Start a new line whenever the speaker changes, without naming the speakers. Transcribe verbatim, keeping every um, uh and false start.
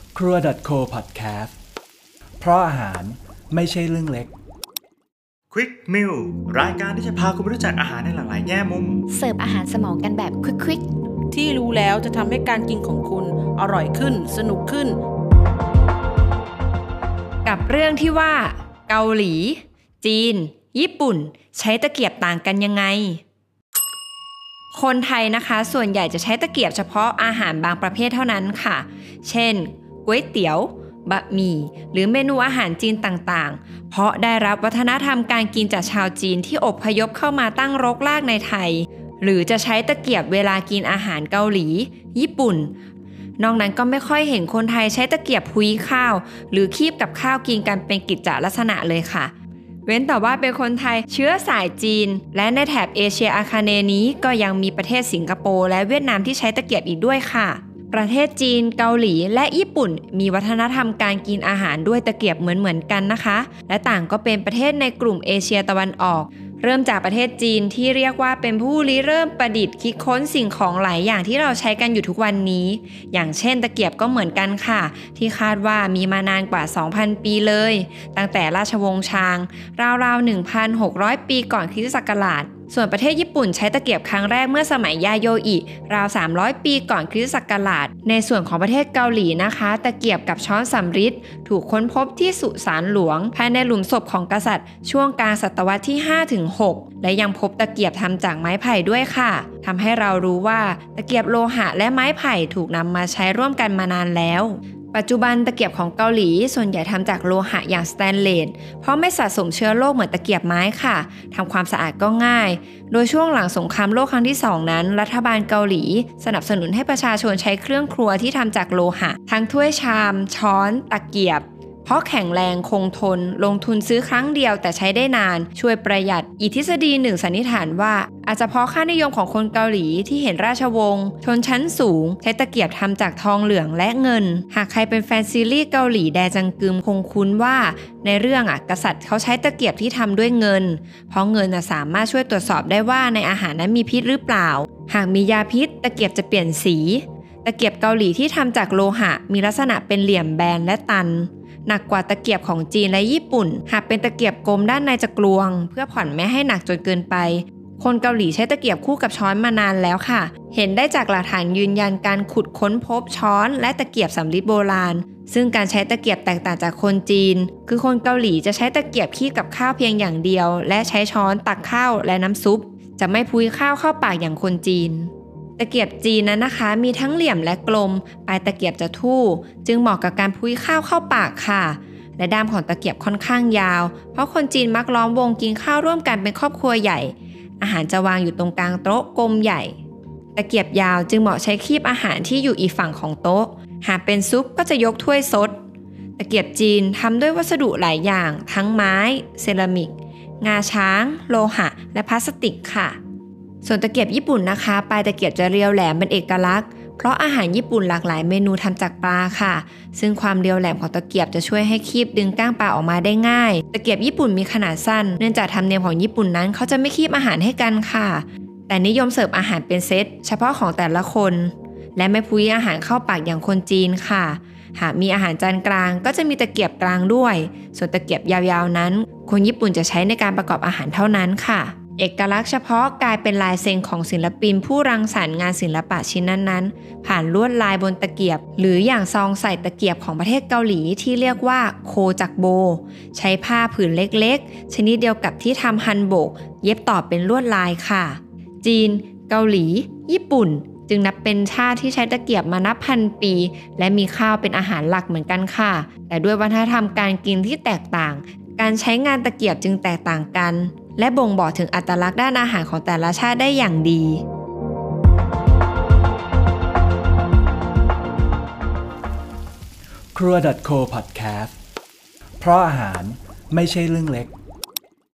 ครัว .co Podcast เพราะอาหารไม่ใช่เรื่องเล็ก
Quick Meal รายการที่จะพาคุณไปรู้จักอาหารในหลากหลายแง่มุม
เสิร์ฟอาหารสมองกันแบบควิก
ๆที่รู้แล้วจะทำให้การกินของคุณอร่อยขึ้นสนุกขึ้น
กับเรื่องที่ว่าเกาหลีจีนญี่ปุ่นใช้ตะเกียบต่างกันยังไงคนไทยนะคะส่วนใหญ่จะใช้ตะเกียบเฉพาะอาหารบางประเภทเท่านั้นค่ะเช่นก๋วยเตี๋ยวบะหมี่หรือเมนูอาหารจีนต่างๆเพราะได้รับวัฒนธรรมการกินจากชาวจีนที่อพยพเข้ามาตั้งรกรากในไทยหรือจะใช้ตะเกียบเวลากินอาหารเกาหลีญี่ปุ่นนอกนั้นก็ไม่ค่อยเห็นคนไทยใช้ตะเกียบพุ้ยข้าวหรือคีบกับข้าวกินกันเป็นกิจจลักษณะเลยค่ะเว้นแต่ว่าเป็นคนไทยเชื้อสายจีนและในแถบเอเชียอาคเนย์นี้ก็ยังมีประเทศสิงคโปร์และเวียดนามที่ใช้ตะเกียบอีกด้วยค่ะประเทศจีนเกาหลีและญี่ปุ่นมีวัฒนธรรมการกินอาหารด้วยตะเกียบเหมือนๆกันนะคะและต่างก็เป็นประเทศในกลุ่มเอเชียตะวันออกเริ่มจากประเทศจีนที่เรียกว่าเป็นผู้ริเริ่มประดิษฐ์คิดค้นสิ่งของหลายอย่างที่เราใช้กันอยู่ทุกวันนี้อย่างเช่นตะเกียบก็เหมือนกันค่ะที่คาดว่ามีมานานกว่า สองพัน ปีเลยตั้งแต่ราชวงศ์ชางราวๆ หนึ่งพันหกร้อย ปีก่อนคริสตศักราชส่วนประเทศญี่ปุ่นใช้ตะเกียบครั้งแรกเมื่อสมัยยาโยอิราวสามร้อยปีก่อนคริสตศักราชในส่วนของประเทศเกาหลีนะคะตะเกียบกับช้อนสำริดถูกค้นพบที่สุสานหลวงภายในหลุมศพของกษัตริย์ช่วงกลางศตวรรษที่ ห้าถึงหก และยังพบตะเกียบทำจากไม้ไผ่ด้วยค่ะทำให้เรารู้ว่าตะเกียบโลหะและไม้ไผ่ถูกนำมาใช้ร่วมกันมานานแล้วปัจจุบันตะเกียบของเกาหลีส่วนใหญ่ทำจากโลหะอย่างสแตนเลสเพราะไม่สะสมเชื้อโรคเหมือนตะเกียบไม้ค่ะทำความสะอาดก็ง่ายโดยช่วงหลังสงครามโลกครั้งที่สองนั้นรัฐบาลเกาหลีสนับสนุนให้ประชาชนใช้เครื่องครัวที่ทำจากโลหะทั้งถ้วยชามช้อนตะเกียบเพราะแข็งแรงคงทนลงทุนซื้อครั้งเดียวแต่ใช้ได้นานช่วยประหยัดอีกทฤษฎีหนึ่งสันนิษฐานว่าอาจจะเพราะค่านิยมของคนเกาหลีที่เห็นราชวงศ์ชนชั้นสูงใช้ตะเกียบทำจากทองเหลืองและเงินหากใครเป็นแฟนซีรีส์เกาหลีแดจังกึมคงคุ้นว่าในเรื่องอ่ะกษัตริย์เขาใช้ตะเกียบที่ทำด้วยเงินเพราะเงินสามารถช่วยตรวจสอบได้ว่าในอาหารนั้นมีพิษหรือเปล่าหากมียาพิษตะเกียบจะเปลี่ยนสีตะเกียบเกาหลีที่ทำจากโลหะมีลักษณะเป็นเหลี่ยมแบนและตันหนักกว่าตะเกียบของจีนและญี่ปุ่นหากเป็นตะเกียบกลมด้านในจะกลวงเพื่อผ่อนไม่ให้หนักจนเกินไปคนเกาหลีใช้ตะเกียบคู่กับช้อนมานานแล้วค่ะเห็นได้จากหลักฐานยืนยันการขุดค้นพบช้อนและตะเกียบสำริดโบราณซึ่งการใช้ตะเกียบแตกต่างจากคนจีนคือคนเกาหลีจะใช้ตะเกียบคีบกับข้าวเพียงอย่างเดียวและใช้ช้อนตักข้าวและน้ำซุปจะไม่พุ้ยข้าวเข้าปากอย่างคนจีนตะเกียบจีนนั้นนะคะมีทั้งเหลี่ยมและกลมปลายตะเกียบจะทู่จึงเหมาะกับการพุ้ยข้าวเข้าปากค่ะและด้ามของตะเกียบค่อนข้างยาวเพราะคนจีนมักล้อมวงกินข้าวร่วมกันเป็นครอบครัวใหญ่อาหารจะวางอยู่ตรงกลางโต๊ะกลมใหญ่ตะเกียบยาวจึงเหมาะใช้คีบอาหารที่อยู่อีกฝั่งของโต๊ะหากเป็นซุปก็จะยกถ้วยซดตะเกียบจีนทำด้วยวัสดุหลายอย่างทั้งไม้เซรามิกงาช้างโลหะและพลาสติกค่ะส่วนตะเกียบญี่ปุ่นนะคะปลายตะเกียบจะเรียวแหลมเป็นเอกลักษณ์เพราะอาหารญี่ปุ่นหลากหลายเมนูทำจากปลาค่ะซึ่งความเรียวแหลมของตะเกียบจะช่วยให้คีบดึงก้างปลาออกมาได้ง่ายตะเกียบญี่ปุ่นมีขนาดสั้นเนื่องจากธรรมเนียมของญี่ปุ่นนั้นเขาจะไม่คีบอาหารให้กันค่ะแต่นิยมเสิร์ฟอาหารเป็นเซตเฉพาะของแต่ละคนและไม่พุ้ยอาหารเข้าปากอย่างคนจีนค่ะหากมีอาหารจานกลางก็จะมีตะเกียบกลางด้วยส่วนตะเกียบยาวๆนั้นคนญี่ปุ่นจะใช้ในการประกอบอาหารเท่านั้นค่ะเอกลักษณ์เฉพาะกลายเป็นลายเซ็นของศิลปินผู้รังสรรค์งานศิลปะชิ้นนั้นๆผ่านลวดลายบนตะเกียบหรืออย่างซองใส่ตะเกียบของประเทศเกาหลีที่เรียกว่าโคจักโบใช้ผ้าผืนเล็กๆชนิดเดียวกับที่ทำฮันโบกเย็บต่อเป็นลวดลายค่ะจีนเกาหลีญี่ปุ่นจึงนับเป็นชาติที่ใช้ตะเกียบมานับพันปีและมีข้าวเป็นอาหารหลักเหมือนกันค่ะแต่ด้วยวัฒนธรรมการกินที่แตกต่างการใช้งานตะเกียบจึงแตกต่างกันและบ่งบอกถึงอัตลักษณ์ด้านอาหารของแต่ละชาติได้อย่างดี
ครัว .co Podcast เพราะอาหารไม่ใช่เรื่องเล็ก